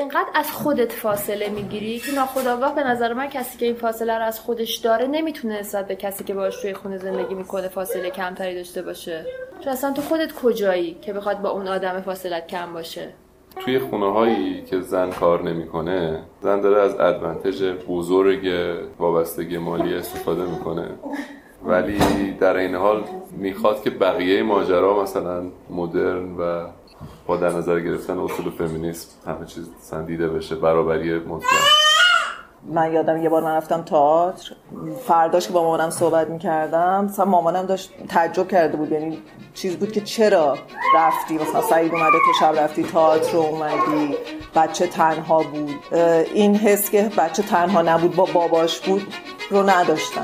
اینقدر از خودت فاصله میگیری که ناخودآگاه به نظر من کسی که این فاصله رو از خودش داره نمیتونه نسبت به کسی که باهاش توی خونه زندگی میکنه فاصله کمتری داشته باشه. چون اصلا تو خودت کجایی که بخواد با اون آدم فاصلت کم باشه؟ توی خونه‌هایی که زن کار نمی‌کنه، زن داره از ادوانتج بزرگ وابستگی مالی استفاده میکنه، ولی در این حال میخواد که بقیه ماجرا مثلا مدرن و با در نظر گرفتن اصول فمینیسم همه چیز سندیده بشه، برابری مطلق. من یادم یه بار من رفتم تئاتر، فرداش که با مامانم صحبت می‌کردم، مثلا مامانم داشت تعجب کرده بود، یعنی چیز بود که چرا رفتی، مثلا سعید اومده تو شب رفتی تئاتر اومدی، بچه تنها بود. این حس که بچه تنها نبود با باباش بود رو نداشتم.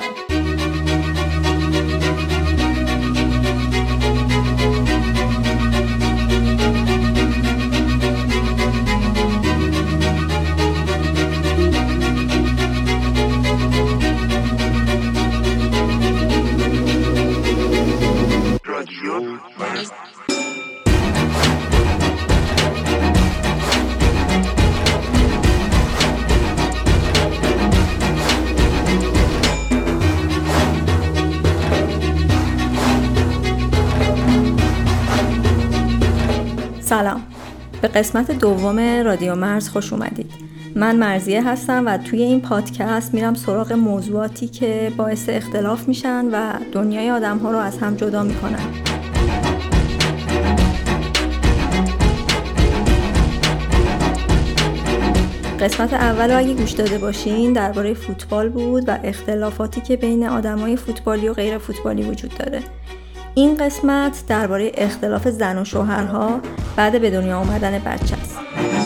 سلام، به قسمت دوم رادیو مرز خوش اومدید. من مرزیه هستم و توی این پادکست میرم سراغ موضوعاتی که باعث اختلاف میشن و دنیای آدم‌ها رو از هم جدا میکنن. قسمت اول رو اگه گوش داده باشین درباره فوتبال بود و اختلافاتی که بین آدمای فوتبالی و غیر فوتبالی وجود داره. این قسمت درباره اختلاف زن و شوهرها بعد به دنیا آمدن بچه است.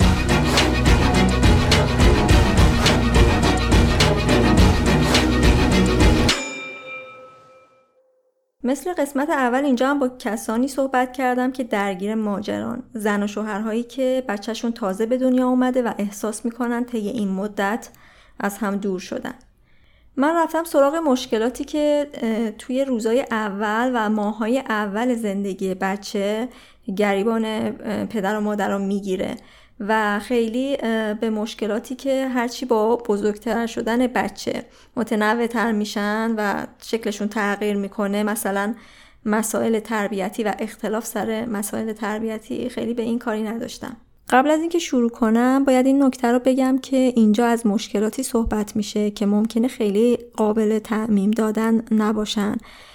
مثل قسمت اول اینجا هم با کسانی صحبت کردم که درگیر ماجران، زن و شوهرهایی که بچهشون تازه به دنیا آمده و احساس میکنن طی این مدت از هم دور شدن. من رفتم سراغ مشکلاتی که توی روزای اول و ماهای اول زندگی بچه گریبان پدر و مادر رو میگیره و خیلی به مشکلاتی که هرچی با بزرگتر شدن بچه متنوع‌تر میشن و شکلشون تغییر میکنه، مثلا مسائل تربیتی و اختلاف سر مسائل تربیتی، خیلی به این کاری نداشتم. قبل از اینکه شروع کنم باید این نکته رو بگم که اینجا از مشکلاتی صحبت میشه که ممکنه خیلی قابل تعمیم دادن نباشن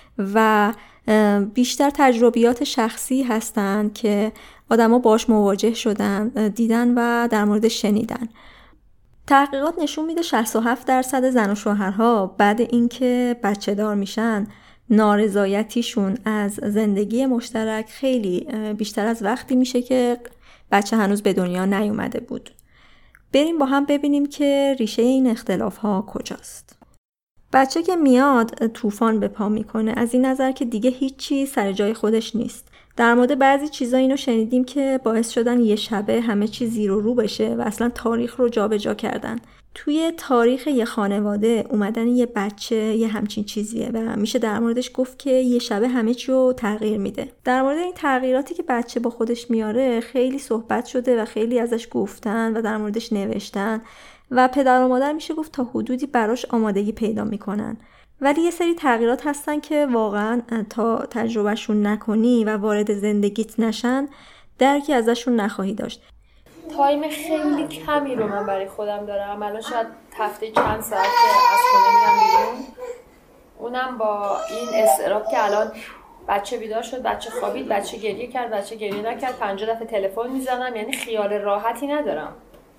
و بیشتر تجربیات شخصی هستن که آدما باش مواجه شدن، دیدن و در مورد شنیدن. تحقیقات نشون میده 67% زن و شوهرها بعد اینکه بچه دار میشن نارضایتیشون از زندگی مشترک خیلی بیشتر از وقتی میشه که بچه هنوز به دنیا نیومده بود. بریم با هم ببینیم که ریشه این اختلاف ها کجاست. بچه که میاد طوفان به پا میکنه، از این نظر که دیگه هیچی سر جای خودش نیست. در مورد بعضی چیزا اینو شنیدیم که باعث شدن یه شبه همه چی زیر و رو بشه و اصلا تاریخ رو جابجا کردن. توی تاریخ یه خانواده اومدن یه بچه یه همچین چیزیه و میشه در موردش گفت که یه شبه همه چی رو تغییر میده. در مورد این تغییراتی که بچه با خودش میاره خیلی صحبت شده و خیلی ازش گفتن و در موردش نوشتن و پدر و مادر میشه گفت تا حدودی براش آمادگی پیدا میکنن. ولی یه سری تغییرات هستن که واقعا تا تجربهشون نکنی و وارد زندگیت نشن درکی ازشون نخواهی داشت. تایم خیلی کمی رو من برای خودم دارم. الان شاید هفته چند ساعت که از خونه میرم بیرون، اونم با این اضطراب که الان بچه بیدار شد، بچه خوابید، بچه گریه کرد، بچه گریه نکرد، 50 دفعه تلفن میزنم، یعنی خیال راحتی ندارم.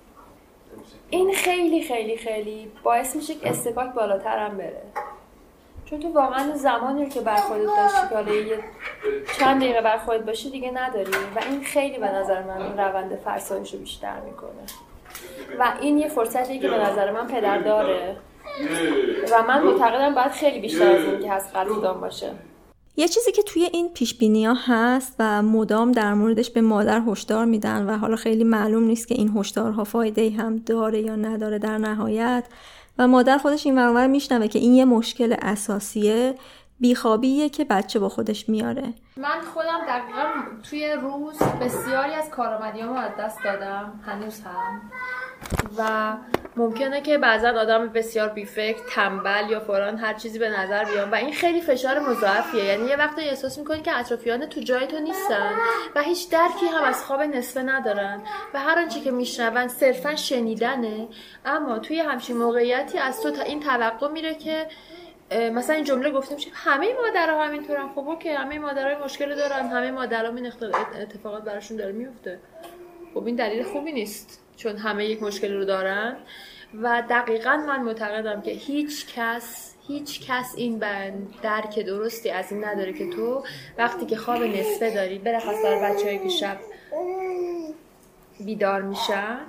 این خیلی خیلی خیلی باعث میشه که استکاک بالاترم بره، چون تو واقعا زمانی رو که بر خودت داشتی که حالا چند دقیقه بر خودت باشی دیگه نداری و این خیلی به نظر من این روند فرسایش رو بیشتر میکنه و این یه فرصتیه که به نظر من پدر داره و من معتقدم باید خیلی بیشتر از این که هست قدردان باشه. یه چیزی که توی این پیشبینی‌ها هست و مدام در موردش به مادر هشدار میدن و حالا خیلی معلوم نیست که این هشدارها فایده‌ای هم داره یا نداره در نهایت، و مادر خودش این ور اون ور میشنوه که این یه مشکل اساسیه، بیخوابیه که بچه با خودش میاره. من خودم دقیقا توی روز بسیاری از کارآمدیامو از دست دادم، هنوز هم، و ممکنه که بعضا آدم بسیار بیفکر، تنبل یا فلان هر چیزی به نظر بیان و این خیلی فشار مضاعفیه. یعنی یه وقتی احساس میکنی که اطرافیان تو جای تو نیستن و هیچ درکی هم از خواب نصفه ندارن و هر آنچه که میشنون صرفا شنیدنه، اما توی همچین موقعیتی از تو این توقع میره که مثلا این جمله گفته میشه همه مادرها همینطورن. خب اوکی، همه مادرها مشکل دارن، همه مادرها این اتفاقات براشون داره میفته. خب این دلیل خوبی نیست چون همه یک مشکل رو دارن. و دقیقاً من معتقدم که هیچ کس این درک درستی از این نداره که تو وقتی که خواب نصفه داری، بلخص در بچه‌هایی که شب بیدار میشن،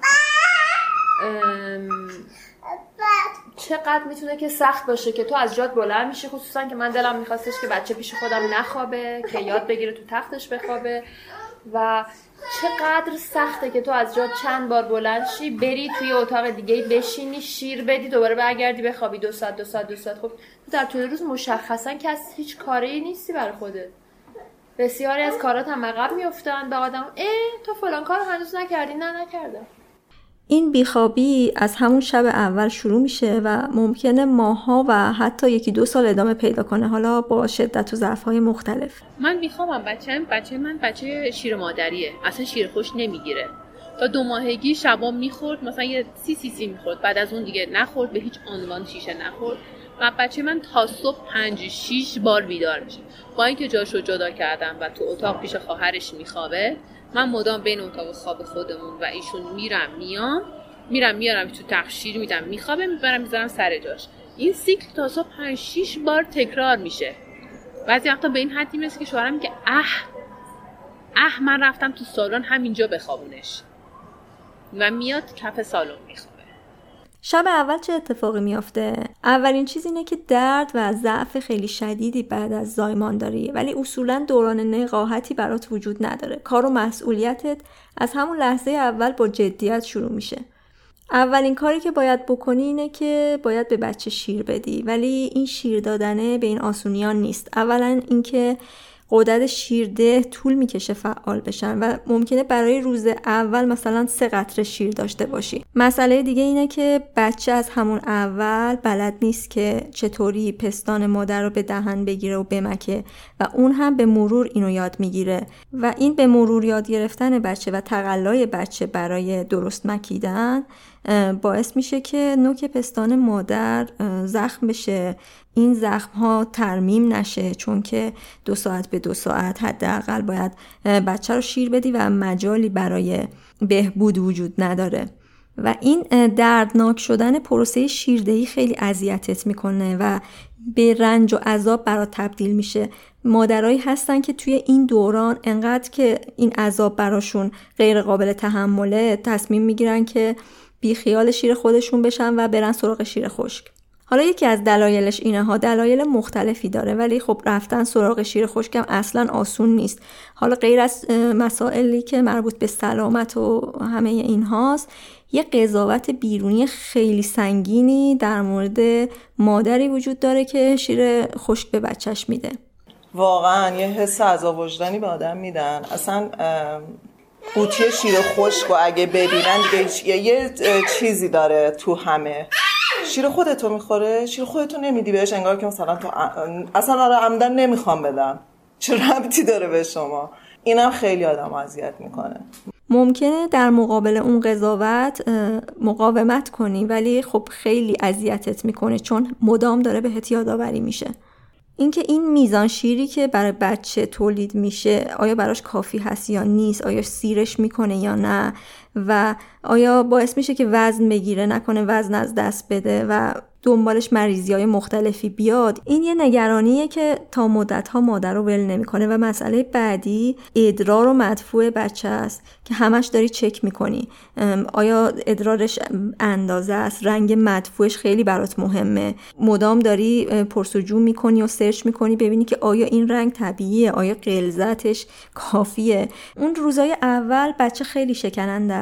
چقدر میتونه که سخت باشه که تو از جات بلند میشی. خصوصا که من دلم میخواستش که بچه پیش خودم نخوابه، که یاد بگیره تو تختش بخوابه، و چقدر سخته که تو از جات چند بار بلند شی، بری توی اتاق دیگه بشینی، شیر بدی، دوباره برگردی بخوابی 2 ساعت. خب تو در طول روز مشخصا که از هیچ کاری نیستی برای خودت. بسیاری از کارات هم عقب میافتن به آدم، تو فلان کارو هنوز نکردی. نه نکردم. این بیخوابی از همون شب اول شروع میشه و ممکنه ماها و حتی 1-2 سال ادامه پیدا کنه، حالا با شدت و ضعف‌های مختلف. من بیخوابم. بچه من بچه شیر مادریه، اصلا شیر خوش نمیگیره. تا 2 ماهگی شبا میخورد، مثلا یه 30 cc میخورد، بعد از اون دیگه نخورد، به هیچ عنوان شیشه نخورد. و بچه من تا صبح 5-6 بار بیدار میشه. با اینکه جاشو جدا کردم و تو اتاق پیش خواهرش میخوابه، من مدام بین اتاق خواب خودمون و ایشون میرم میارم تو تخشیر میدم، میخوابه، میبرم میذارم سر جاش. این سیکل تا صبح 5-6 بار تکرار میشه. بعضی وقتا به این حدی میرسه که شوهرم میگه من رفتم تو سالن همینجا بخوابونش، و میاد کف سالن میخوابه. شب اول چه اتفاقی میافته؟ اولین چیز اینه که درد و ضعف خیلی شدیدی بعد از زایمان داری، ولی اصولاً دوران نقاهتی برات وجود نداره. کار و مسئولیتت از همون لحظه اول با جدیت شروع میشه. اولین کاری که باید بکنی اینه که باید به بچه شیر بدی، ولی این شیر دادنه به این آسونیان نیست. اولا اینکه غدد شیرده طول میکشه فعال بشن و ممکنه برای روز اول مثلا 3 قطره شیر داشته باشی. مسئله دیگه اینه که بچه از همون اول بلد نیست که چطوری پستان مادر رو به دهن بگیره و بمکه و اون هم به مرور اینو یاد میگیره و این به مرور یاد گرفتن بچه و تقلای بچه برای درست مکیدن باعث میشه که نوک پستان مادر زخم بشه. این زخم ها ترمیم نشه، چون که 2 ساعت به 2 ساعت حداقل باید بچه رو شیر بدی و مجالی برای بهبود وجود نداره. و این دردناک شدن پروسه شیردهی خیلی اذیتت میکنه و به رنج و عذاب برات تبدیل میشه. مادرایی هستن که توی این دوران انقدر که این عذاب براشون غیر قابل تحمله، تصمیم میگیرن که بی خیال شیر خودشون بشن و برن سراغ شیر خشک. حالا یکی از دلایلش اینه ها، دلایل مختلفی داره، ولی خب رفتن سراغ شیر خشک هم اصلا آسون نیست. حالا غیر از مسائلی که مربوط به سلامت و همه این هاست، یه قضاوت بیرونی خیلی سنگینی در مورد مادری وجود داره که شیر خشک به بچهش میده. واقعا یه حس عذاب وجدانی به آدم میدن. اصلا قوطی شیر خشک و اگه ببینن دیگه یه چیزی داره تو همه. شیر خودتو میخوره، شیر خودتو نمیدی بهش، انگار که مثلا تو اصلا عمدن نمیخوام بدم، چه ربطی داره به شما. اینم خیلی آدم اذیت میکنه. ممکنه در مقابل اون قضاوت مقاومت کنی، ولی خب خیلی اذیتت میکنه چون مدام داره بهت یادآوری میشه. اینکه این میزان شیری که برای بچه تولید میشه آیا براش کافی هست یا نیست، آیا سیرش میکنه یا نه، و آیا باعث میشه که وزن بگیره، نکنه وزن از دست بده و دنبالش مریضی‌های مختلفی بیاد. این یه نگرانیه که تا مدت‌ها مادر رو ول نمی‌کنه. و مسئله بعدی ادرار و مدفوع بچه است که همش داری چک می‌کنی آیا ادرارش اندازه است، رنگ مدفوعش خیلی برات مهمه، مدام داری پرسجو می‌کنی و سرچ می‌کنی ببینی که آیا این رنگ طبیعیه، آیا غلظتش کافیه. اون روزای اول بچه خیلی شکننده است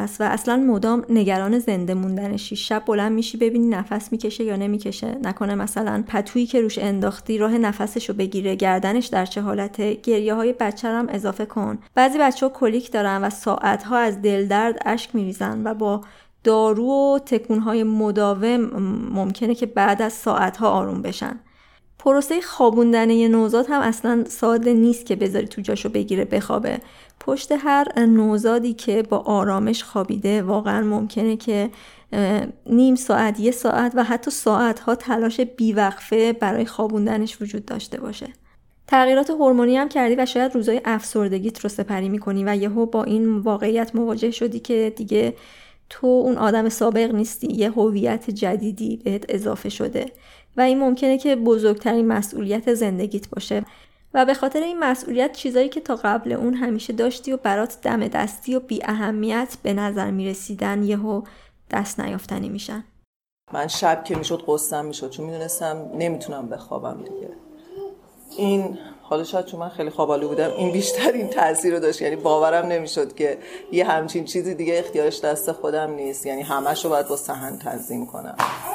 هست و اصلا مدام نگران زنده موندنشی. شب بلند میشی ببینی نفس میکشه یا نمیکشه، نکنه مثلا پتویی که روش انداختی راه نفسشو بگیره، گردنش در چه حالته. گریه های بچه هم اضافه کن. بعضی بچه‌ها کلیک دارن و ساعت‌ها از دل درد اشک میریزن و با دارو و تکون‌های مداوم ممکنه که بعد از ساعت‌ها آروم بشن. پروسه خوابوندن یه نوزاد هم اصلا ساده نیست که بذاری تو جاشو بگیره بخوابه. پشت هر نوزادی که با آرامش خوابیده واقعا ممکنه که نیم ساعت، 1 ساعت و حتی ساعت‌ها تلاش بیوقفه برای خوابوندنش وجود داشته باشه. تغییرات هورمونی هم کردی و شاید روزای افسردگیت رو سپری می‌کنی و یهو با این واقعیت مواجه شدی که دیگه تو اون آدم سابق نیستی، یه هویت جدیدی بهت اضافه شده و این ممکنه که بزرگترین مسئولیت زندگیت باشه و به خاطر این مسئولیت چیزایی که تا قبل اون همیشه داشتی و برات دم دستی و بی اهمیت به نظر میرسیدن یهو دست نیافتنی میشن. من شب که میشد قصه‌ام میشد چون میدونستم نمیتونم بخوابم دیگه. این حالا شاید چون من خیلی خوابالو بودم این بیشتر این تاثیر رو داشت، یعنی باورم نمیشد که یه همچین چیزی دیگه اختیارش دست خودم نیست، یعنی همش رو باید با صحن تنظیم کنم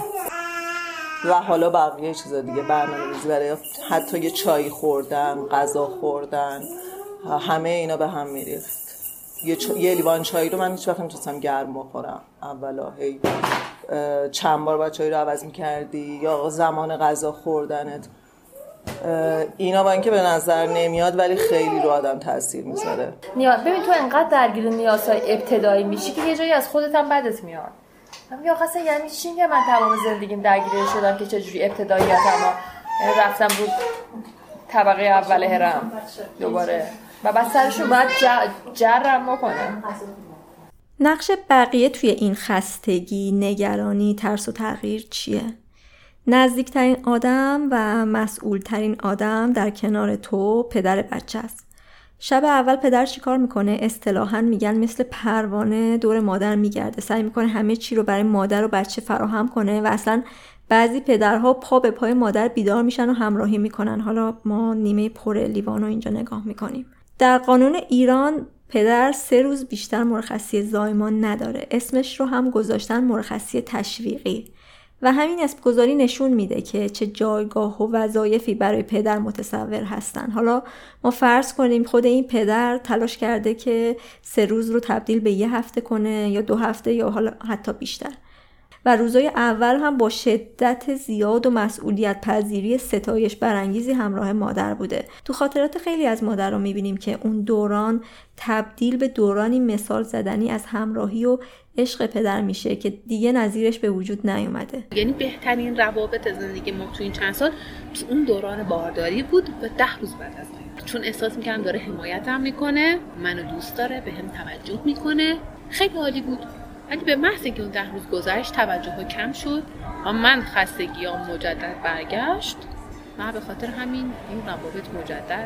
و حالا بقیه چیزا دیگه، برنامه‌ریزی برای حتی یه چای خوردن، غذا خوردن، همه اینا به هم میریخت. یه لیوان چای رو من هیچ وقت نمیتونستم گرم بخورم. اولا هی چند بار باید چای رو عوض میکردی یا زمان غذا خوردنت. اینا با اینکه به نظر نمیاد ولی خیلی رو آدم تاثیر میذاره. ببین تو انقدر درگیر نیازهای ابتدایی میشی که یه جایی از خودت هم بدت میاد. یا قصه یعنی چی که من تمام زندگیم درگیر شدم که چجوری ابتداییاتم رفتم رو طبقه اول هرم دوباره و بعد سرشون باید جرم بکنم. نقش بقیه توی این خستگی، نگرانی، ترس و تغییر چیه؟ نزدیکترین آدم و مسئولترین آدم در کنار تو پدر بچه است. شب اول پدر چی کار میکنه؟ اصطلاحاً میگن مثل پروانه دور مادر میگرده، سعی میکنه همه چی رو برای مادر و بچه فراهم کنه و اصلا بعضی پدرها پا به پای مادر بیدار میشن و همراهی میکنن. حالا ما نیمه پر لیوان رو اینجا نگاه میکنیم. در قانون ایران پدر 3 روز بیشتر مرخصی زایمان نداره. اسمش رو هم گذاشتن مرخصی تشویقی و همین اسمگذاری نشون میده که چه جایگاه و وظایفی برای پدر متصور هستن. حالا ما فرض کنیم خود این پدر تلاش کرده که 3 روز رو تبدیل به 1 هفته کنه یا 2 هفته یا حالا حتی بیشتر و روزای اول هم با شدت زیاد و مسئولیت پذیری ستایش برانگیزی همراه مادر بوده. تو خاطرات خیلی از مادرها میبینیم که اون دوران تبدیل به دورانی مثال زدنی از همراهی و عشق پدر میشه که دیگه نظیرش به وجود نیومده. یعنی بهترین روابط زندگی ما تو این چند سال تو اون دوران بارداری بود و 10 روز بعد از اون، چون احساس میکردم داره حمایتم میکنه، منو دوست داره، بهم توجه میکنه، خیلی عالی بود. ولی به محض اینکه اون 10 روز گذشت توجه کم شد و من خستگیام مجدد برگشت و به خاطر همین این روابط مجدد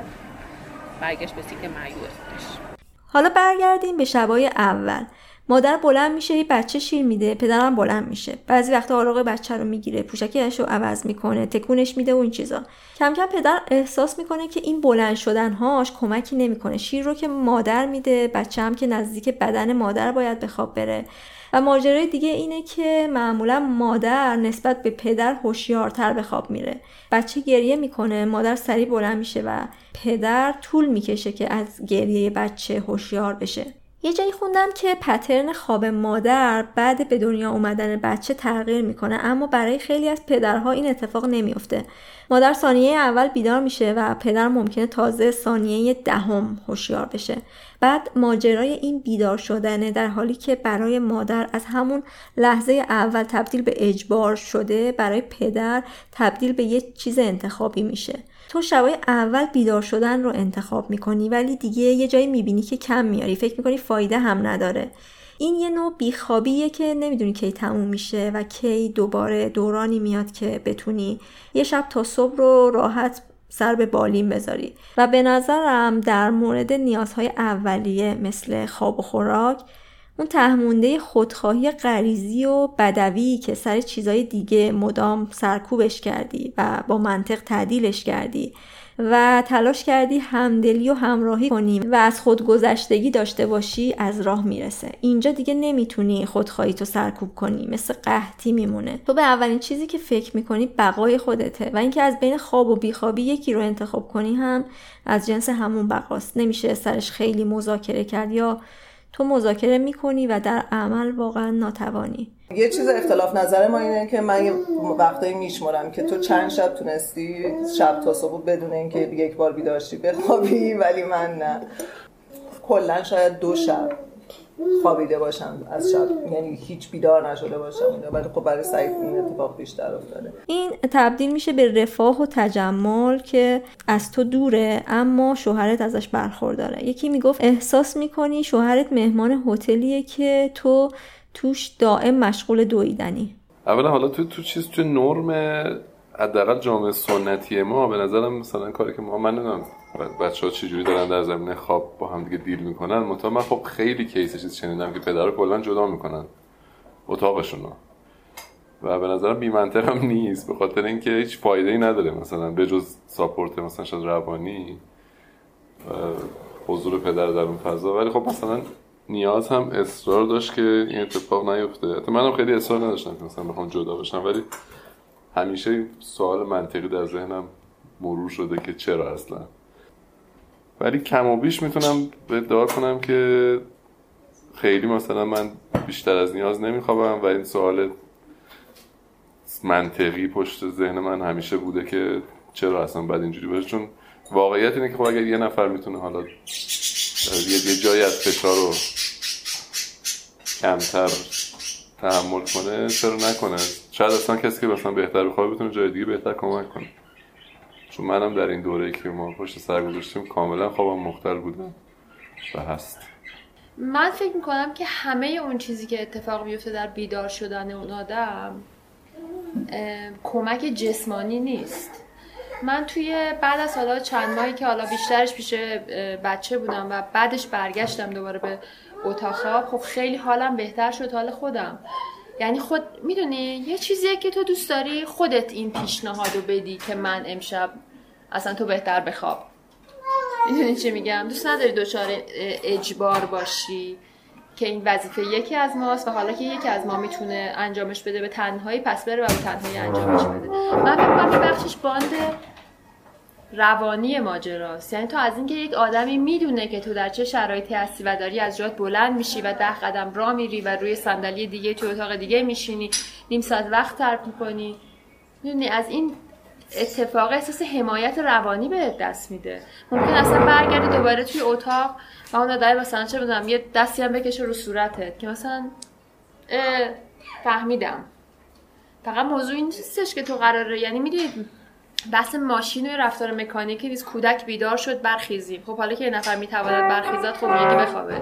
برگشت به سیکل معیوب خودش. حالا برگردیم به شبای اول. مادر بلند میشه، بچه شیر میده، پدرم بلند میشه. بعضی وقتا آراغ بچه رو میگیره، پوشکش رو عوض میکنه، تکونش میده و این چیزا. کم کم پدر احساس میکنه که این بلند شدنهاش کمکی نمیکنه. شیر رو که مادر میده، بچه هم که نزدیک بدن مادر باید به خواب بره. و ماجرای دیگه اینه که معمولا مادر نسبت به پدر هوشیارتر به خواب میره. بچه گریه میکنه، مادر سریع بلند میشه و پدر طول میکشه که از گریه بچه هوشیار بشه. یه جایی خوندم که پترن خواب مادر بعد به دنیا اومدن بچه تغییر میکنه، اما برای خیلی از پدرها این اتفاق نمیفته. مادر ثانیه اول بیدار میشه و پدر ممکنه تازه ثانیه 10 هوشیار بشه. بعد ماجرای این بیدار شدنه در حالی که برای مادر از همون لحظه اول تبدیل به اجبار شده، برای پدر تبدیل به یه چیز انتخابی میشه. تو شبای اول بیدار شدن رو انتخاب میکنی ولی دیگه یه جایی میبینی که کم میاری، فکر میکنی فایده هم نداره. این یه نوع بیخوابیه که نمیدونی کی تموم میشه و کی دوباره دورانی میاد که بتونی یه شب تا صبح رو راحت سر به بالین بذاری. و به نظرم در مورد نیازهای اولیه مثل خواب و خوراک اون تهمونده خودخواهی غریزی و بدوی که سر چیزای دیگه مدام سرکوبش کردی و با منطق تعدیلش کردی و تلاش کردی همدلی و همراهی کنی و از خودگذشتگی داشته باشی از راه میرسه. اینجا دیگه نمیتونی خودخواهی تو سرکوب کنی، مثل قحطی میمونه. تو به اولین چیزی که فکر میکنی بقای خودته و اینکه از بین خواب و بیخوابی یکی رو انتخاب کنی هم از جنس همون بقاست. نمیشه سرش خیلی مذاکره کرد، یا تو مذاکره میکنی و در عمل واقعا ناتوانی. یه چیز اختلاف نظر ما اینه که من یه وقتایی میشمرم که تو چند شب تونستی شب تا صبح بدون اینکه یک بار بیدار شی بخوابی، ولی من نه. کلا شاید 2 شب خوابیده باشم از شب، یعنی هیچ بیدار نشده باشم، ولی خب برای سعید این اتفاق بیشتر افتاده. این تبدیل میشه به رفاه و تجمل که از تو دوره اما شوهرت ازش برخورداره. یکی میگفت احساس میکنی شوهرت مهمان هتلیه که تو توش دائم مشغول دویدنی. اولا حالا تو نرم حداقل جامعه سنتی ما به نظرم مثلا کاری که من نمیدونم بچه‌ها چجوری دارن در زمینه خواب با هم دیگه دیل میکنن. من خب خیلی کیس چیز شنیدم که پدرها کلا جدا میکنن اتاقشونو و به نظرم بی منطق هم نیست، به خاطر اینکه هیچ فایده‌ای نداره مثلا به جز ساپورت مثلا شاید روانی حضور پدر در اون فضا. ولی خب مثلا نیاز هم اصرار داشت که این اتفاق نیفته. حتی منم خیلی اصرار نداشتم که مثلا بخوام جدا بشم، ولی همیشه سوال منطقی در ذهنم مرور شده که چرا اصلا. ولی کم و بیش میتونم ادعا کنم که خیلی مثلا من بیشتر از نیاز نمیخوابم و این سوال منطقی پشت ذهن من همیشه بوده که چرا اصلا بعد اینجوری باشه. چون واقعیت اینه که خب اگر یه نفر میتونه حالا یه جایی از فشار رو کمتر تحمل کنه چرا نکنه. شاید اصلا کسی که مثلا بهتر بخوابه بتونه جای دیگه بهتر کمک کنه. چون منم در این دوره‌ای که ما پشت سر گذاشتیم کاملا خوابم مختل بوده و هست. من فکر میکنم که همه اون چیزی که اتفاق میفته در بیدار شدن اون آدم کمک جسمانی نیست. من توی بعد از حالا چند ماهی که حالا بیشترش پیش بچه بودم و بعدش برگشتم دوباره به اتاق خواب، خب خیلی حالم بهتر شد، حال خودم. یعنی خود میدونی یه چیزیه که تو دوست داری خودت این پیشنهادو بدی که من امشب اصلا تو بهتر بخواب. میدونی چی میگم؟ دوست نداری دچار اجبار باشی که این وظیفه یکی از ماست و حالا که یکی از ما میتونه انجامش بده به تنهایی، پس بره و به تنهایی انجامش بده. من فکر می‌کنم بخشش باند روانی ماجراست. یعنی تو از اینکه یک آدمی میدونه که تو در چه شرایطی هستی و داری از جات بلند میشی و 10 قدم راه میری و روی صندلی دیگه تو اتاق دیگه میشینی، نیم ساعت وقت صرف میکنی، میدونی از این اتفاق احساس حمایت روانی بهت دست میده. ممکن اصلا برگردی دوباره توی اتاق و اون آدم مثلا چه بدونم یه دستی هم بکشه رو صورتت که مثلا فهمیدم. فقط موضوع این نیستش که تو قراره، یعنی میدونید بحث ماشین و رفتار مکانیکی نیست. کودک بیدار شد برخیزیم. خب حالا که یه نفر میتواند برخیزد، خب یکی بخوابه.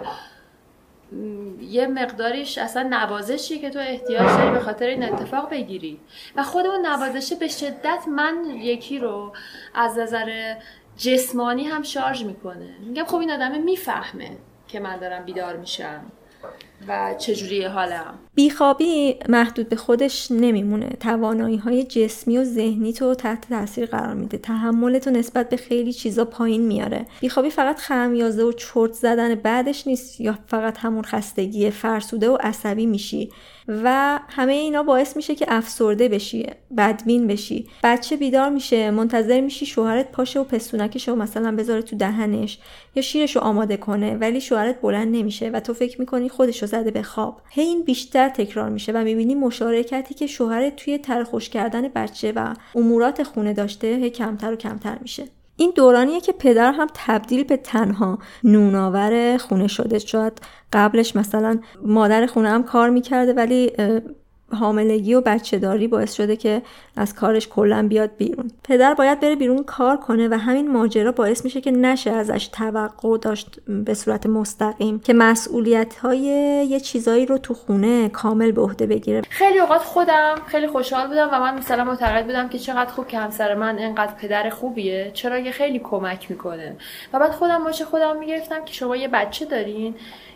یه مقداریش اصلا نوازشیه که تو احتیاج داری به خاطر این اتفاق بگیری و خود اون نوازشه به شدت من یکی رو از نظر جسمانی هم شارژ میکنه. میگم خب این آدمه میفهمه که من دارم بیدار میشم و چجوریه حالم. بیخوابی محدود به خودش نمیمونه. توانایی‌های جسمی و ذهنی تو تحت تاثیر قرار میده. تحملتو نسبت به خیلی چیزا پایین میاره. بیخوابی فقط خمیازه و چرت زدن بعدش نیست، یا فقط همون خستگی، فرسوده و عصبی میشی و همه اینا باعث میشه که افسرده بشی، بدبین بشی. بچه بیدار میشه، منتظر میشی شوهرت پاشه و پستونکشو مثلا بذاره تو دهنش یا شیرشو آماده کنه، ولی شوهرت بلند نمیشه و تو فکر میکنی خودشو زده به خواب. این بیشتر تکرار میشه و میبینی مشارکتی که شوهرت توی ترخوش کردن بچه و امورات خونه داشته کمتر و کمتر میشه. این دورانیه که پدر هم تبدیل به تنها نوناور خونه شده. شاید قبلش مثلا مادر خونه هم کار میکرده، ولی حاملگی و بچه داری باعث شده که از کارش کلا بیاد بیرون. پدر باید بره بیرون کار کنه و همین ماجرا باعث میشه که نشه ازش توقع داشت به صورت مستقیم که مسئولیت‌های یه چیزایی رو تو خونه کامل به عهده بگیره. خیلی اوقات خودم خیلی خوشحال بودم و من مثلا معتقد بودم که چقدر خوب که همسر من اینقدر پدر خوبیه، چرا که خیلی کمک میکنه. و بعد خودم باشه خودم میگرفتم که شما یه بچه دارین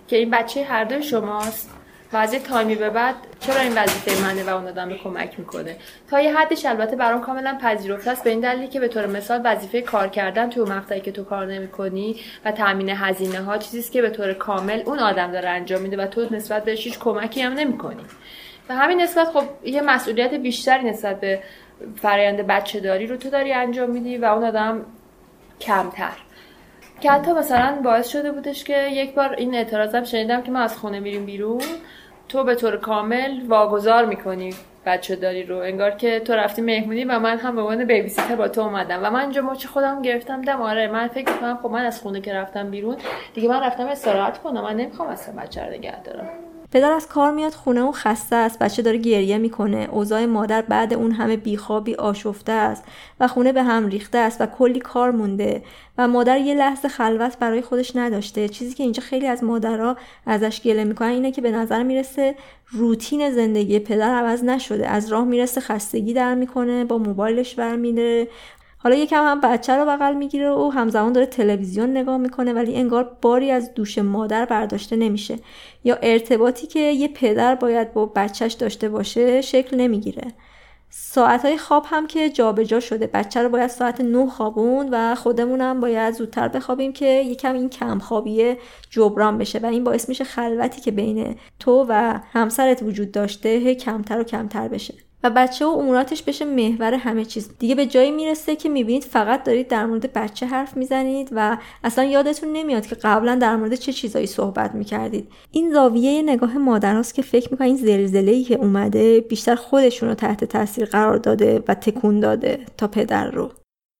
که این بچه هر دوی شماست و از یه تایمی به بعد چرا این وظیفه منه و اون آدم به کمک میکنه. تا یه حدش البته برام کاملا پذیرفته است، به این دلیلی که به طور مثال وظیفه کار کردن تو مقطعی که تو کار نمیکنی و تامین هزینه ها چیزی است که به طور کامل اون آدم داره انجام میده و تو نسبت بهش هیچ کمکی هم نمیکنی. به همین نسبت خب یه مسئولیت بیشتری نسبت به فرآیند بچه‌داری رو تو داری انجام میدی و اون آدم کمتر. که حتی مثلا باعث شده بودش که یک بار این اعتراضم شنیدم که ما از خونه میریم بیرون، تو به طور کامل واگذار میکنی بچه‌داری رو، انگار که تو رفتی مهمونی و من هم به عنوان بیبی سیتر با تو اومدم و من اینجا مچ خودم گرفتم دم. آره من فکر می‌کنم خب من از خونه که رفتم بیرون دیگه من رفتم استراحت کنم، من نمیخوام اصلا بچه رو نگه دارم. پدر از کار میاد خونه و خسته است، بچه داره گریه میکنه، اوضاع مادر بعد اون همه بیخوابی آشفته است و خونه به هم ریخته است و کلی کار مونده و مادر یه لحظه خلوت برای خودش نداشته. چیزی که اینجا خیلی از مادرها ازش گله میکنن اینه که به نظر میرسه روتین زندگی پدر عوض نشده، از راه میرسه خستگی در میکنه، با موبایلش برمیره، حالا یکم هم بچه رو بغل میگیره و همزمان داره تلویزیون نگاه میکنه، ولی انگار باری از دوش مادر برداشته نمیشه یا ارتباطی که یه پدر باید با بچهش داشته باشه شکل نمیگیره. ساعتهای خواب هم که جابجا شده، بچه رو باید ساعت 9 خوابون و خودمون هم باید زودتر بخوابیم که یکم این کم خوابیه جبران بشه و این باعث میشه خلوتی که بین تو و همسرت وجود داشته هی کمتر و کمتر بشه و بچه و اموراتش بشه محور همه چیز. دیگه به جایی میرسه که میبینید فقط دارید در مورد بچه حرف میزنید و اصلا یادتون نمیاد که قبلا در مورد چه چیزایی صحبت میکردید. این زاویه نگاه مادرهاست که فکر میکنن این زلزله‌ای که اومده بیشتر خودشون رو تحت تاثیر قرار داده و تکون داده تا پدر رو.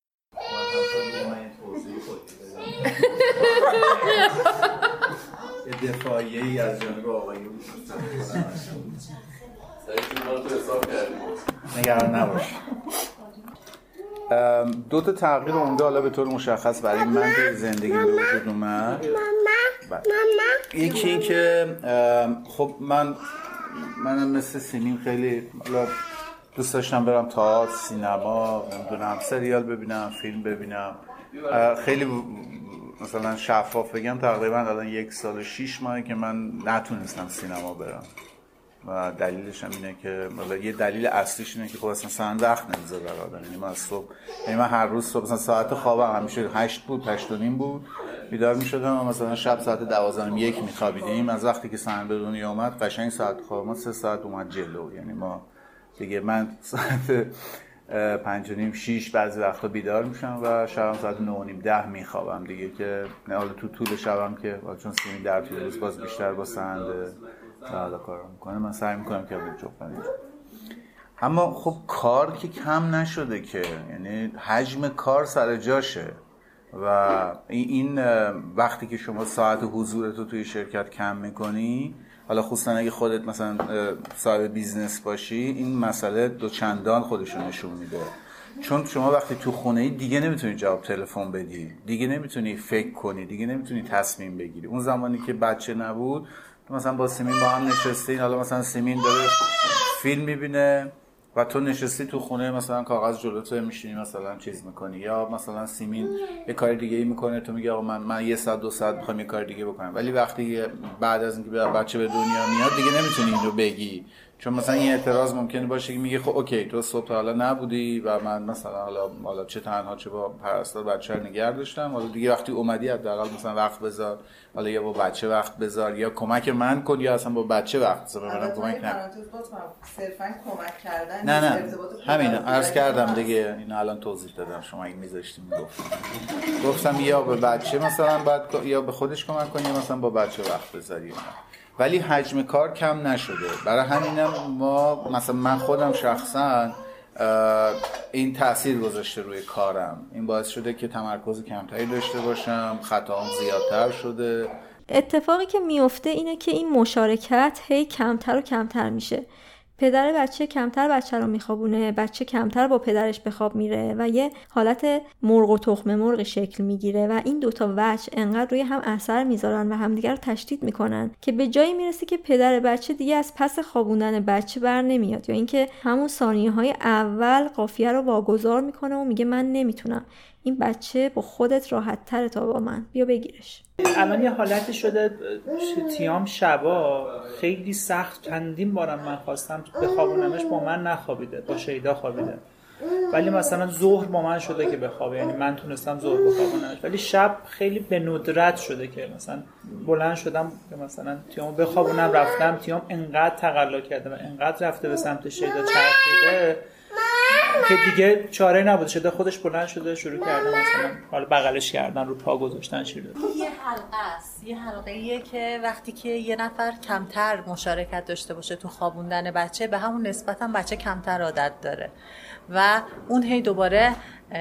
دفاعیه‌ای از جانب آقایون نگران نباش. دو تا تغییر عمده حالا به طور مشخص برای من که زندگی به وجود اومد. یکی این که خب منم مثل سیمین خیلی دوست داشتم برم تئاتر، سینما، نمیدونم سریال ببینم، فیلم ببینم. خیلی مثلا شفاف بگم تقریبا الان 1 سال و 6 ماهه که من نتونستم سینما برم و دلیلش هم اینه که یه دلیل اصلیش اینه که خب اصلا وقت نمیذاره برای آدم. یعنی من صبح، یعنی من هر روز صبح مثلا ساعت خوابم همیشه 8 بود، 8 و نیم بود بیدار میشدم و مثلا شب ساعت 12 1 میخوابیدیم. از وقتی که سن به دنیا اومد قشنگ ساعت خواب ما 3 ساعت اومد جلو. یعنی ما دیگه من ساعت 5 و نیم 6 بعضی وقتا بیدار میشم و شبم ساعت 9 و نیم 10 میخوابم دیگه، که حالا تو طول شبم که چون سیمی در طول روز باز بیشتر با سند حالا کار میکنه من سعی میکنم که بجوفم. اما خب کار که کم نشده که، یعنی حجم کار سر جاشه و این وقتی که شما ساعت حضورتو توی شرکت کم میکنی، حالا خصوصا اگه خودت مثلا صاحب بیزنس باشی، این مسئله دوچندان خودشو نشون میده. چون شما وقتی تو خونه ای دیگه نمیتونی جواب تلفن بدی، دیگه نمیتونی فکر کنی، دیگه نمیتونی تصمیم بگیری. اون زمانی که بچه نبود مثلا با سیمین با هم نشستین، حالا مثلا سیمین داره فیلم میبینه و تو نشستی تو خونه مثلا کاغذ جلوته میشینی مثلا چیز میکنی، یا مثلا سیمین یه کار دیگه ای میکنه، تو میگی آقا من 1 ساعت 2 ساعت میخوام یه کار دیگه بکنم. ولی وقتی بعد از اینکه بچه به دنیا میاد دیگه نمیتونی اینو بگی، چون مثلا این اعتراض ممکنه باشه که میگه خب اوکی تو صبح تا حالا نبودی و من مثلا حالا چه تنها چه با پرستار بچه رو نگه داشتم، حالا دیگه وقتی اومدی حداقل مثلا وقت بذار، حالا یا با بچه وقت بذار یا کمک من کن یا اصلا با بچه وقت بذار. من کمک نکنم صرفا کمک کردن نه همین عرض کردم دیگه، اینو الان توضیح دادم، شما اگه میذاشتیم گفتم یا به بچه مثلا بعد یا به خودش کمک کنی یا مثلا با بچه وقت بذاری. ولی حجم کار کم نشده. برای همینم ما مثلا من خودم شخصا این تأثیر گذاشته روی کارم، این باعث شده که تمرکز کمتری داشته باشم، خطاام زیادتر شده. اتفاقی که میفته اینه که این مشارکت هی کمتر و کمتر میشه. پدر بچه کمتر بچه رو میخوابونه، بچه کمتر با پدرش به خواب میره و یه حالت مرغ و تخم مرغ شکل میگیره و این دوتا وجه انقدر روی هم اثر میذارن و همدیگر رو تشدید میکنن که به جایی میرسه که پدر بچه دیگه از پس خوابوندن بچه بر نمیاد، یا اینکه همون ثانیه های اول قافیه رو واگذار میکنه و میگه من نمیتونم. این بچه با خودت راحت تره تا با من، بیا بگیرش. الان یه حالتی شده تیام شبا خیلی سخت، چندین بارم من خواستم بخوابونمش، با من نخوابیده، با شیدا خوابیده، ولی مثلا ظهر با من شده که بخوابه، یعنی من تونستم ظهر بخوابونمش، ولی شب خیلی به ندرت شده که مثلا بلند شدم که مثلا تیامو بخوابونم، رفتم تیام انقدر تقلا کرده و انقدر رفته به سمت شیدا چرخیده که دیگه چاره نبوده، شده خودش بلند شده شروع کرده مثلا حالا بغلش کردن، رو پا گذاشتن شیر داد. یه حلقه است، یه حلقه‌ایه که وقتی که یه نفر کمتر مشارکت داشته باشه تو خوابوندن بچه، به همون نسبت هم بچه کمتر عادت داره و اون هی دوباره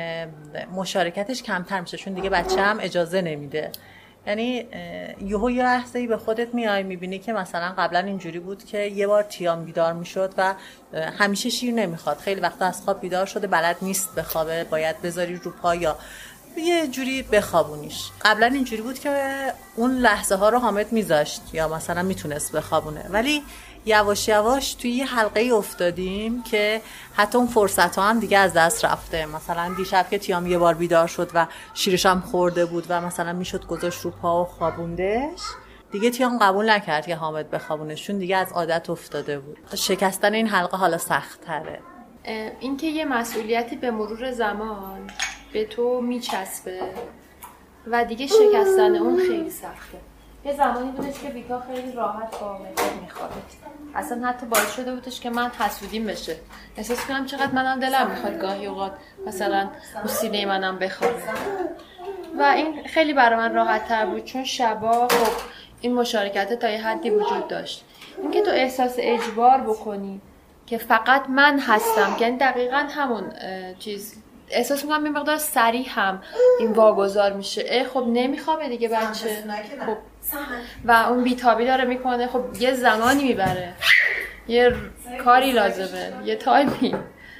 مشارکتش کمتر میشه، چون دیگه بچه هم اجازه نمیده. یعنی یه لحظه‌ای به خودت میای میبینی که مثلا قبلا اینجوری بود که یه بار تیام بیدار میشد و همیشه شیر نمیخواد، خیلی وقتا از خواب بیدار شده بلد نیست بخوابه، باید بذاری رو پا یا یه جوری بخوابونیش. قبلا اینجوری بود که اون لحظه ها رو حامد میذاشت یا مثلا میتونست بخوابونه، ولی یواش یواش توی یه حلقه ای افتادیم که حتی اون فرصت ها هم دیگه از دست رفته. مثلا دیشب که تیام یه بار بیدار شد و شیرش هم خورده بود و مثلا میشد گذاشت رو پا و خوابوندش، دیگه تیام قبول نکرد که حامد بخوابونش، چون دیگه از عادت افتاده بود. شکستن این حلقه حالا سخت تره. این که یه مسئولیتی به مرور زمان به تو میچسبه و دیگه شکستن اون خیلی سخته. یه زمانی بودش که بیکا خیلی راحت با مهد میخوابید، اصلا حتی باعث شده بودش که من حسودیم بشه، احساس کنم چقدر منم دلم میخواد گاهی اوقات مثلا رو سینه منم بخوابه و این خیلی برای من راحت تر بود، چون شبا خب این مشارکت تا یه حدی وجود داشت. این که تو احساس اجبار بکنی که فقط من هستم، یعنی دقیقاً همون چیز احساس میکنم یه مقدار سریع هم این واگذار میشه. خب نمیخوابه دیگه بچه، خب و اون بیتابی داره میکنه، خب یه زمانی میبره، یه کاری لازمه، یه تایمی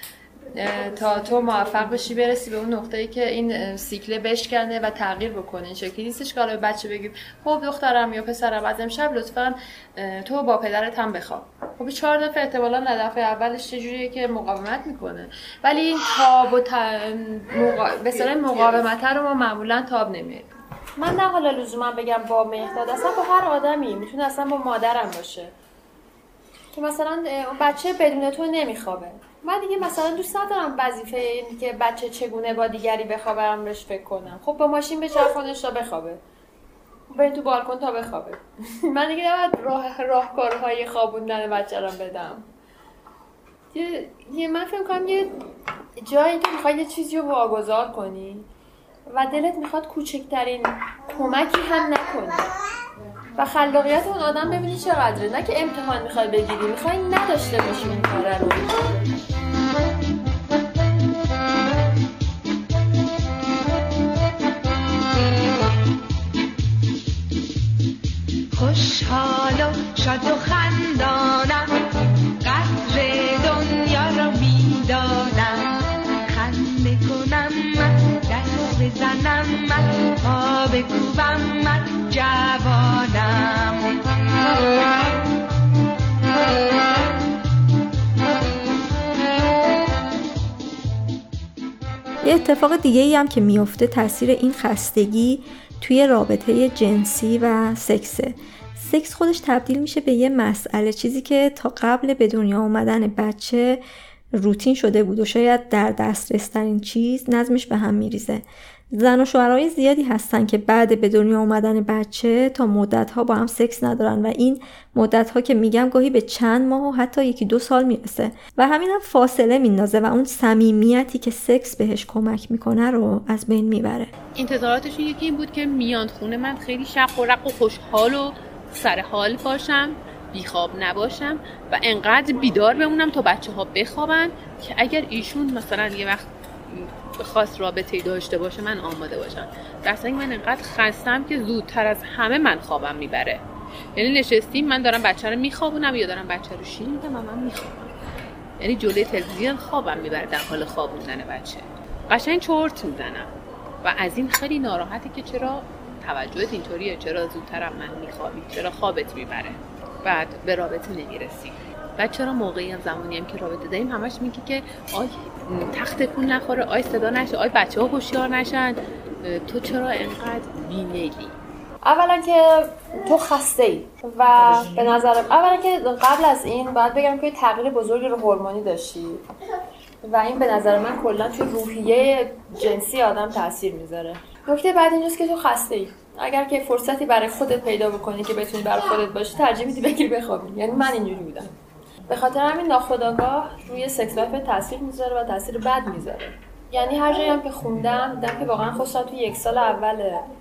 تا تو موفق بشی برسی به اون نقطه‌ای که این سیکل بشکنه و تغییر بکنه. این شکلی نیستش که حالا به بچه بگیم خب دخترم یا پسرم از امشب لطفاً تو با پدرت هم بخواب. خب 4 دفعه احتمالاً دفعه اولش چجوریه که مقاومت میکنه، ولی این تاب و به اصطلاح مقاومت رو ما معمولاً تاب نمیدیم. من نه حالا لزوما بگم با مهداد، اصلا با هر آدمی میتونه، اصلا با مادرم باشه که مثلا اون بچه بدون تو نمیخوابه، من دیگه مثلا دوست ندارم وظیفه اینی که بچه چگونه با دیگری بخوابه امرش فکر کنم. خب با ماشین بچرخونش تا بخوابه، بریم تو بالکن تا بخوابه. من دیگه نباید راهکارهای خوابوندن بچه رو بدم. من فکر کنم یه جایی که میخوای یه چیزی رو واگذار کنی و دلت میخواد کوچکترین کمکی هم نکنی و خلاقیت اون آدم ببینی چقدره، نه که امتحان میخوای بگیری، میخوای نداشته باشی این کاره رو. خوشحال و شاد و خندانم، قدر دنیا را میدانم، خنده کنم من، دست بزنم من، پا بکوبم من، جوانم. یه اتفاق دیگه ای هم که میفته تاثیر این خستگی توی رابطه جنسی و سکسه. سکس خودش تبدیل میشه به یه مسئله، چیزی که تا قبل به دنیا اومدن بچه روتین شده بود و شاید در دسترس ترین چیز، نظمش به هم میریزه. زن و شوهرای زیادی هستن که بعد به دنیا اومدن بچه تا مدت‌ها با هم سکس ندارن و این مدت‌ها که میگم گاهی به چند ماه و حتی 1-2 سال میرسه و همین هم فاصله میندازه و اون صمیمیتی که سکس بهش کمک میکنه رو از بین میبره. انتظاراتشون یکی این بود که میان خونه من خیلی شق و رق و خوشحال و سر حال باشم، بیخواب نباشم و انقدر بیدار بمونم تا بچه‌ها بخوابن که اگر ایشون مثلا یه وقت خاص رابطه‌ای داشته باشه من آماده باشم. در اصل من انقدر خستم که زودتر از همه من خوابم میبره. یعنی نشستیم من دارم بچه رو میخوابونم یا دارم بچه رو شیر میدم و من میخوابم، یعنی جلوی تلویزیون خوابم میبره در حال خوابوندن بچه. قشنگ چرت میزنم و از این خیلی ناراحته که چرا توجهت اینطوریه، چرا زودترم من میخوابی، چرا خوابت میبره، بعد به رابطه نمیرسی. بعد چرا موقعی هم زمانی هم که رابطه داریم همش میگه که آی تخت کون نخوره، آی صدا نشه، آی بچه‌ها هوشیار نشن، تو چرا اینقدر بی‌میلی؟ اولا که تو خسته‌ای و به نظرم اولا که قبل از این باید بگم که تغییر بزرگی رو هورمونی داشتی و این به نظر من کلا توی روحیه جنسی آدم تاثیر میذاره. نکته بعد اینجاست که تو خسته‌ای. اگر که فرصتی برای خودت پیدا بکنی که بتونی برای خودت باشی، ترجیح میدی بگیری بخوابی. یعنی من اینجوری بودم. به خاطر همین ناخودآگاه روی سکس لایف تاثیر میذاره و تاثیر بد میذاره. یعنی هر جایی هم که خوندم دیدم که واقعا خصوصا توی 1 سال اول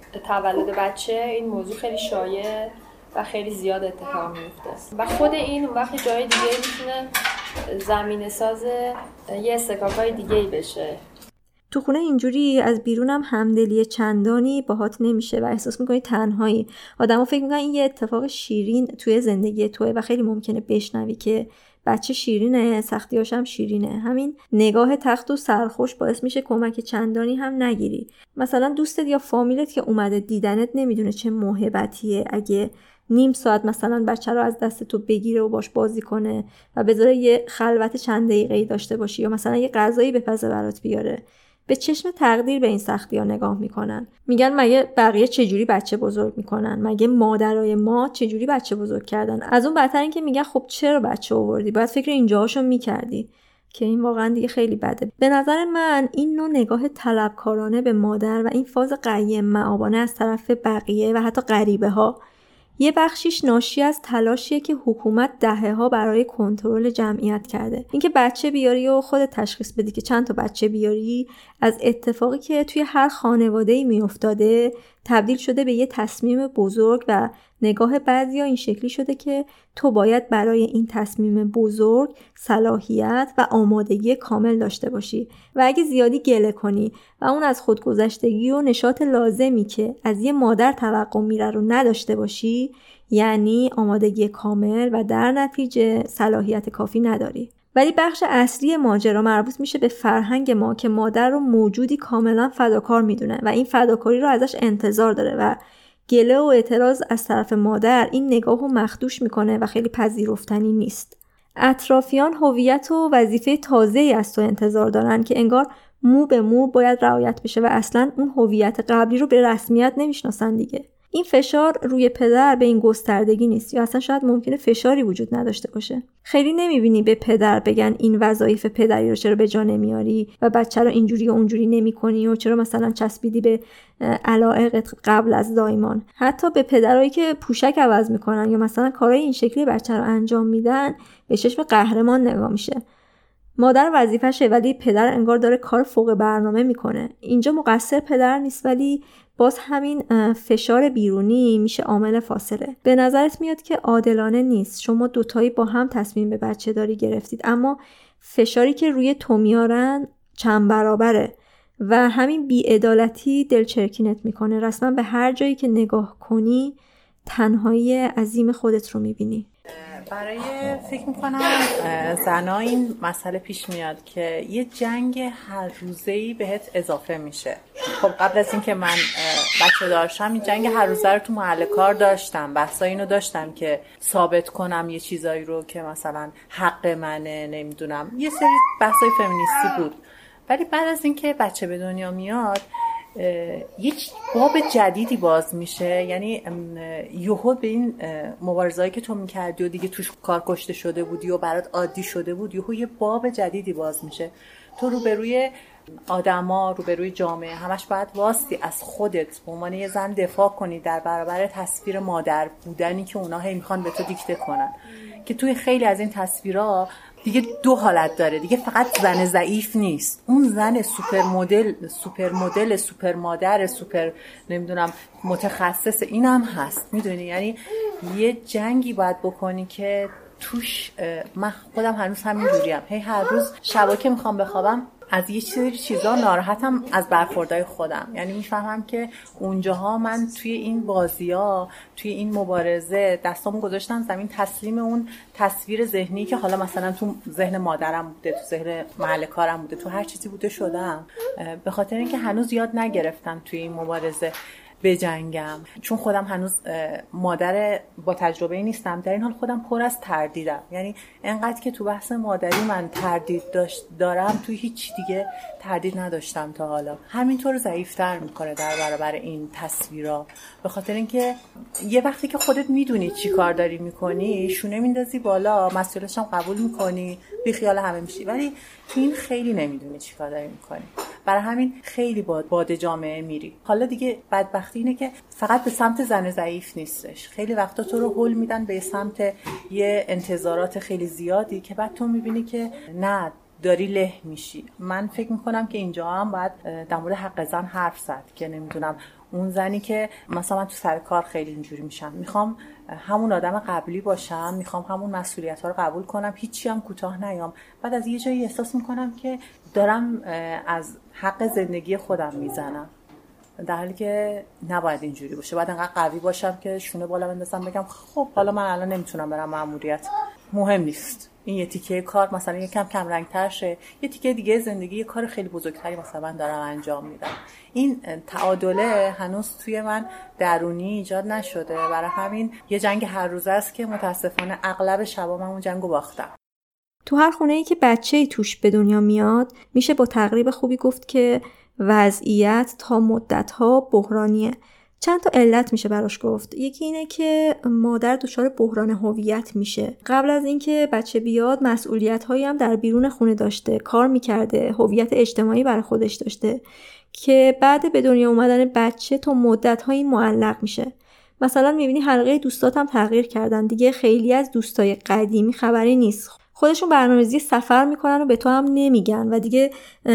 تولد بچه این موضوع خیلی شایع و خیلی زیاد اتفاق میفته و خود این وقتی جای دیگه میتونه زمینه ساز یه استکاکای دیگه‌ای بشه. تو خونه اینجوری از بیرونم همدلی چندانی باهات نمیشه و احساس میکنی تنهایی. آدما فکر میکنن این یه اتفاق شیرین توی زندگی توئه و خیلی ممکنه بشنوی که بچه شیرینه، سختیاش هم شیرینه. همین نگاه تخت و سرخوش باعث میشه کمک چندانی هم نگیری. مثلا دوستت یا فامیلت که اومده دیدنت نمیدونه چه موهبتیه اگه نیم ساعت مثلا بچه رو از دست تو بگیره و باش بازی کنه و بذاره یه خلوت چند دقیقه‌ای داشته باشی یا مثلا یه غذایی بپزه برات بیاره. به چشم تقدیر به این سختی‌ها نگاه میکنن. میگن مگه بقیه چجوری بچه بزرگ میکنن؟ مگه مادرای ما چجوری بچه بزرگ کردن؟ از اون بدتر این که میگن خب چرا بچه آوردی؟ باید فکر اینجاهاشو میکردی. که این واقعا دیگه خیلی بده. به نظر من این نوع نگاه طلبکارانه به مادر و این فاز قیم معابانه از طرف بقیه و حتی غریبه ها یه بخشیش ناشی از تلاشیه که حکومت دهه‌ها برای کنترل جمعیت کرده. اینکه بچه بیاری و خودت تشخیص بدی که چند تا بچه بیاری از اتفاقی که توی هر خانواده‌ای میافتاده تبدیل شده به یه تصمیم بزرگ و نگاه بعضیا این شکلی شده که تو باید برای این تصمیم بزرگ صلاحیت و آمادگی کامل داشته باشی و اگه زیادی گله کنی و اون از خودگذشتگی و نشاط لازمی که از یه مادر توقع میره رو نداشته باشی، یعنی آمادگی کامل و در نتیجه صلاحیت کافی نداری. ولی بخش اصلی ماجرا مربوط میشه به فرهنگ ما که مادر رو موجودی کاملا فداکار میدونه و این فداکاری رو ازش انتظار داره و گله و اعتراض از طرف مادر این نگاه رو مخدوش میکنه و خیلی پذیرفتنی نیست. اطرافیان هویت و وظیفه تازه‌ای از تو انتظار دارن که انگار مو به مو باید رعایت بشه و اصلا اون هویت قبلی رو به رسمیت نمیشناسن دیگه. این فشار روی پدر به این گستردگی نیست یا اصلا شاید ممکنه فشاری وجود نداشته باشه. خیلی نمیبینی به پدر بگن این وظایف پدری رو چرا به جا نمیاری و بچه رو اینجوری و اونجوری نمی‌کنی و چرا مثلا چسبیدی به علایقت قبل از زایمان. حتی به پدرایی که پوشک عوض میکنن یا مثلا کارهای این شکلی بچه رو انجام میدن به چشم قهرمان نگاه میشه. مادر وظیفشه ولی پدر انگار داره کار فوق برنامه میکنه. اینجا مقصر پدر نیست ولی باز همین فشار بیرونی میشه عامل فاصله. به نظرت میاد که عادلانه نیست. شما دوتایی با هم تصمیم به بچه داری گرفتید اما فشاری که روی تو میارن چند برابره و همین بی‌عدالتی دلچرکینت میکنه. رسما به هر جایی که نگاه کنی تنهایی عظیم خودت رو میبینی. برای فکر میکنم زنا این مسئله پیش میاد که یه جنگ هر روزه‌ای بهت اضافه میشه. خب قبل از اینکه من بچه داشتم این جنگ هر روزه رو تو محل کار داشتم، بحثای اینو داشتم که ثابت کنم یه چیزایی رو که مثلا حق منه، نمیدونم یه سری بحثای فمینیستی بود. ولی بعد از اینکه بچه به دنیا میاد یه باب جدیدی باز میشه. یعنی یهو به این مبارزه‌ای که تو میکردی و دیگه توش کار کشته شده بودی و برات عادی شده بود یهو یه باب جدیدی باز میشه. تو روبروی آدما، روبروی جامعه همش باید واسطی از خودت به عنوان یه زن دفاع کنی در برابر تصویر مادر بودنی که اونا هی میخوان به تو دیکته کنن که توی خیلی از این تصویرها دیگه دو حالت داره. دیگه فقط زن ضعیف نیست، اون زن سوپر مدل، سوپر مادر، سوپر نمیدونم متخصص این هم هست. میدونی یعنی یه جنگی باید بکنی که توش من خودم هنوز همین جوریم. هی هر روز شبا که میخوام بخوابم از یه سری چیزا ناراحتم از برخوردهای خودم. یعنی میفهمم که اونجاها من توی این بازی‌ها، توی این مبارزه دستامو گذاشتم زمین، تسلیم اون تصویر ذهنی که حالا مثلا تو ذهن مادرم بوده، تو ذهن محل کارم بوده، تو هر چیزی بوده شدم، به خاطر اینکه هنوز یاد نگرفتم توی این مبارزه بجنگم، چون خودم هنوز مادر با تجربه نیستم. در این حال خودم پر از تردیدم، یعنی انقدر که تو بحث مادری من تردید دارم، توی هیچ دیگه تردید نداشتم تا حالا. همینطور ضعیفتر میکنه در برابر این تصویرها، به خاطر اینکه یه وقتی که خودت میدونی چی کار داری میکنی، شونه میندازی بالا، مسئولیتش هم قبول میکنی، بی خیال همه میشی، ولی تو این خیلی نمیدونی چی کار داری میکنی. برای همین خیلی باد جامعه میری. حالا دیگه بدبختی اینه که فقط به سمت زن ضعیف نیستش، خیلی وقتا تو رو هول میدن به سمت یه انتظارات خیلی زیادی که بعد تو میبینی که نه، داری له میشی. من فکر میکنم که اینجا هم باید در مورد حق زن حرف زد که نمیدونم اون زنی که مثلا من تو سر کار خیلی اینجوری میشم، میخوام همون آدم قبلی باشم، میخوام همون مسئولیت ها رو قبول کنم، هیچی هم کوتاه نیام، بعد از یه جایی احساس میکنم که دارم از حق زندگی خودم میزنم، در حالی که نباید اینجوری باشه. باید انقدر قوی باشم که شونه بالا بندازم بگم خب حالا من الان نمیتونم برم مأموریت، مهم نیست، این یه تیکه کار مثلا یه کم رنگ‌تر شه، یه تیکه دیگه زندگی یه کار خیلی بزرگتری مثلا دارم انجام میدم. این تعادله هنوز توی من درونی ایجاد نشده، برای همین یه جنگ هر روزه است که متاسفانه اغلب شبا من اون جنگو باختم. تو هر خونه‌ای که بچه‌ای توش به دنیا میاد، میشه با تقریب خوبی گفت که وضعیت تا مدت‌ها بحرانیه. چند تا علت میشه براش گفت. یکی اینه که مادر دچار بحران هویت میشه. قبل از اینکه بچه بیاد مسئولیت‌هایی هم در بیرون خونه داشته، کار میکرده، هویت اجتماعی برای خودش داشته که بعد به دنیا اومدن بچه تا مدت‌هایی معلق میشه. مثلا میبینی حلقه دوستات هم تغییر کردن، دیگه خیلی از دوستای قدیمی خبری نیست، خودشون برنامه‌ریزی سفر میکنن و به تو هم نمیگن و دیگه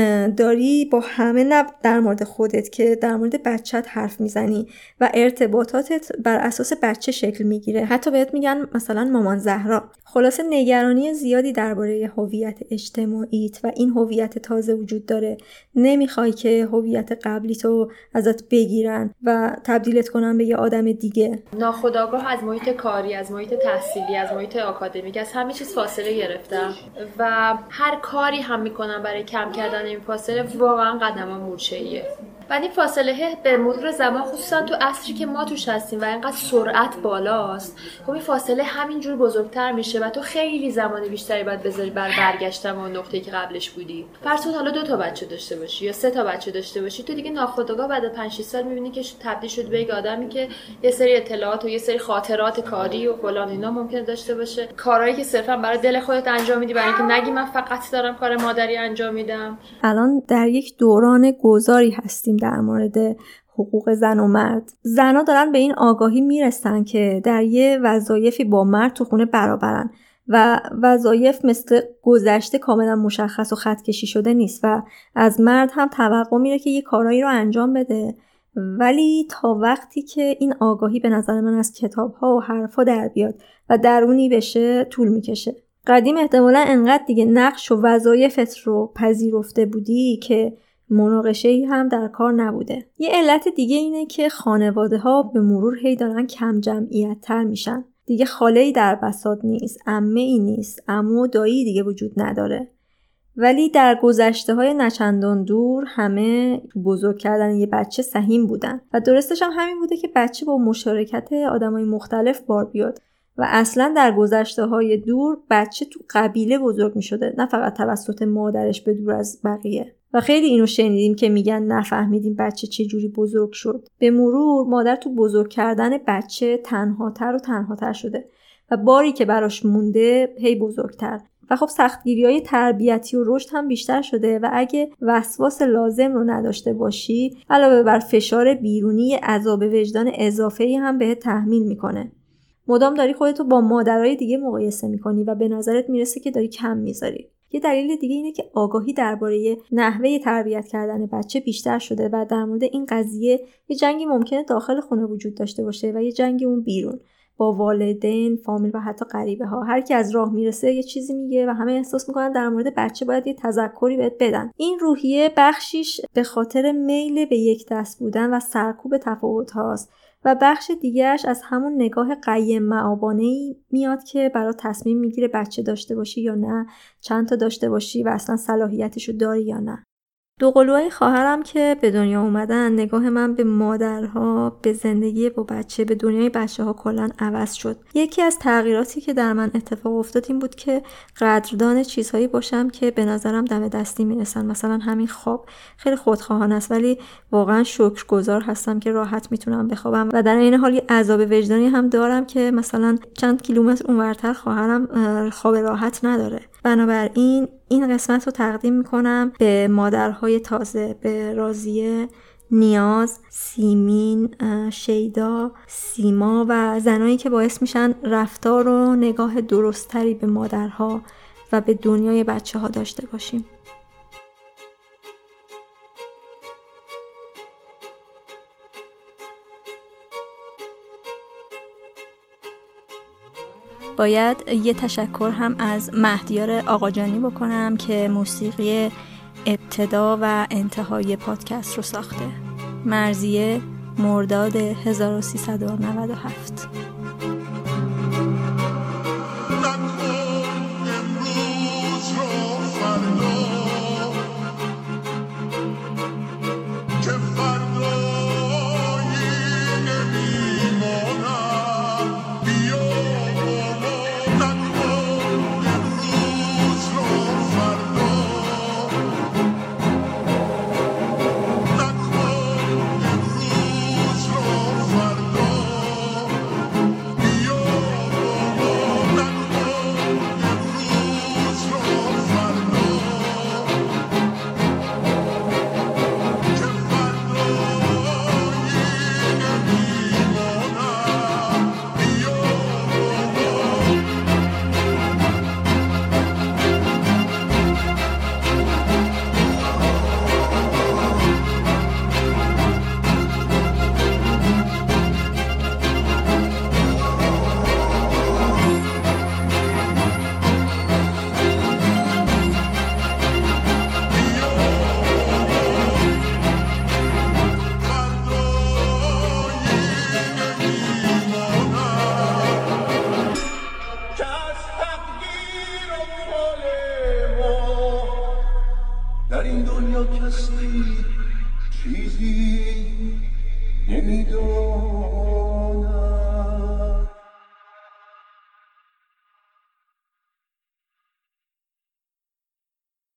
داری با همه نه در مورد خودت که در مورد بچت حرف میزنی و ارتباطاتت بر اساس بچه شکل میگیره. حتی بهت میگن مثلا مامان زهرا. خلاصه نگرانی زیادی درباره هویت اجتماعیت و این هویت تازه وجود داره. نمیخوای که هویت قبلی تو ازت بگیرن و تبدیلت کنن به یه آدم دیگه. ناخودآگاه از محیط کاری، از محیط تحصیلی، از محیط آکادمیک، از همه چیز فاصله گرفتم و هر کاری هم میکنم برای کم کردن این فاصله واقعا قدم مورچه‌ایه. بعد این فاصله به مرور زمان، خصوصا تو عصری که ما توش هستیم و اینقدر سرعت بالاست، خب این فاصله همینجور بزرگتر میشه و تو خیلی زمان بیشتری باید بذاری برای برگشتن به نقطه‌ای که قبلش بودی. فرض کن حالا 2 تا بچه داشته باشی یا 3 تا بچه داشته باشی، تو دیگه ناخودآگاه بعد از 5-6 سال میبینی که تبدیل شد به یک آدمی که یه سری اطلاعات و یه سری خاطرات کاری و فلان اینا ممکنه داشته باشه، کارهایی که صرفا برای دل خودت انجام میدی، برای اینکه نگی من فقط دارم کار مادری انجام میدم. الان در یک دوران گذاری هستیم در مورد حقوق زن و مرد. زن‌ها دارن به این آگاهی میرسن که در یه وظایفی با مرد تو خونه برابرن و وظایف مثل گذشته کاملا مشخص و خط کشی شده نیست و از مرد هم توقع میره که یه کارایی رو انجام بده، ولی تا وقتی که این آگاهی به نظر من از کتاب‌ها و حرفا در بیاد و درونی بشه طول میکشه. قدیم احتمالا انقدر دیگه نقش و وظایفت رو پذیرفته بودی که مناقشه‌ای هم در کار نبوده. یه علت دیگه اینه که خانواده‌ها به مرور هی دارن کم جمعیت تر میشن. دیگه خاله‌ای در بساط نیست، عمه‌ای نیست، عمو و دایی دیگه وجود نداره. ولی در گذشته‌های نچندان دور همه بزرگ کردن یه بچه سهیم بودن و درستش هم همین بوده که بچه با مشارکت آدمای مختلف بار بیاد و اصلا در گذشته‌های دور بچه تو قبیله بزرگ می‌شده، نه فقط توسط مادرش به دور از بقیه. و خیلی اینو شنیدیم که میگن نفهمیدیم بچه چه جوری بزرگ شد. به مرور مادر تو بزرگ کردن بچه تنهاتر و تنهاتر شده و باری که براش مونده هی بزرگتر. و خب سختگیری‌های تربیتی و رشد هم بیشتر شده و اگه وسواس لازم رو نداشته باشی، علاوه بر فشار بیرونی، عذاب وجدان اضافه‌ای هم بهت تحمیل میکنه. مدام داری خودتو با مادرای دیگه مقایسه میکنی و به نظرت میرسه که داری کم میذاری. یه دلیل دیگه اینه که آگاهی درباره نحوه تربیت کردن بچه بیشتر شده و در مورد این قضیه یه جنگی ممکنه داخل خونه وجود داشته باشه و یه جنگی اون بیرون با والدین، فامیل و حتی غریبه ها. هر کی از راه میرسه یه چیزی میگه و همه احساس میکنن در مورد بچه باید یه تذکری بهت بدن. این روحیه بخشیش به خاطر میل به یک دست بودن و سرکوب تفاوت هاست و بخش دیگهش از همون نگاه قیم معابانه‌ای میاد که برای تصمیم میگیره بچه داشته باشی یا نه، چند تا داشته باشی و اصلا صلاحیتشو داری یا نه. دوقلوهای خواهرم که به دنیا اومدن، نگاه من به مادرها، به زندگی با بچه، به دنیای بچه ها کلن عوض شد. یکی از تغییراتی که در من اتفاق افتاد این بود که قدردان چیزهایی باشم که به نظرم دم دستی میرسن. مثلا همین خواب خیلی خودخواهانه است، ولی واقعا شکرگزار هستم که راحت میتونم بخوابم و در این حال عذاب وجدانی هم دارم که مثلا چند کیلومتر اونورتر خواهرم خواب راحت نداره. بنابراین این قسمت رو تقدیم میکنم به مادرهای تازه، به راضیه، نیاز، سیمین، شیدا، سیما و زنایی که باعث میشن رفتار و نگاه درستری به مادرها و به دنیای بچه ها داشته باشیم. باید یه تشکر هم از مهدیار آقاجانی بکنم که موسیقی ابتدا و انتهای پادکست رو ساخته. مرضیه، مرداد 1397. در این دنیا کسی چیزی نمیدونه.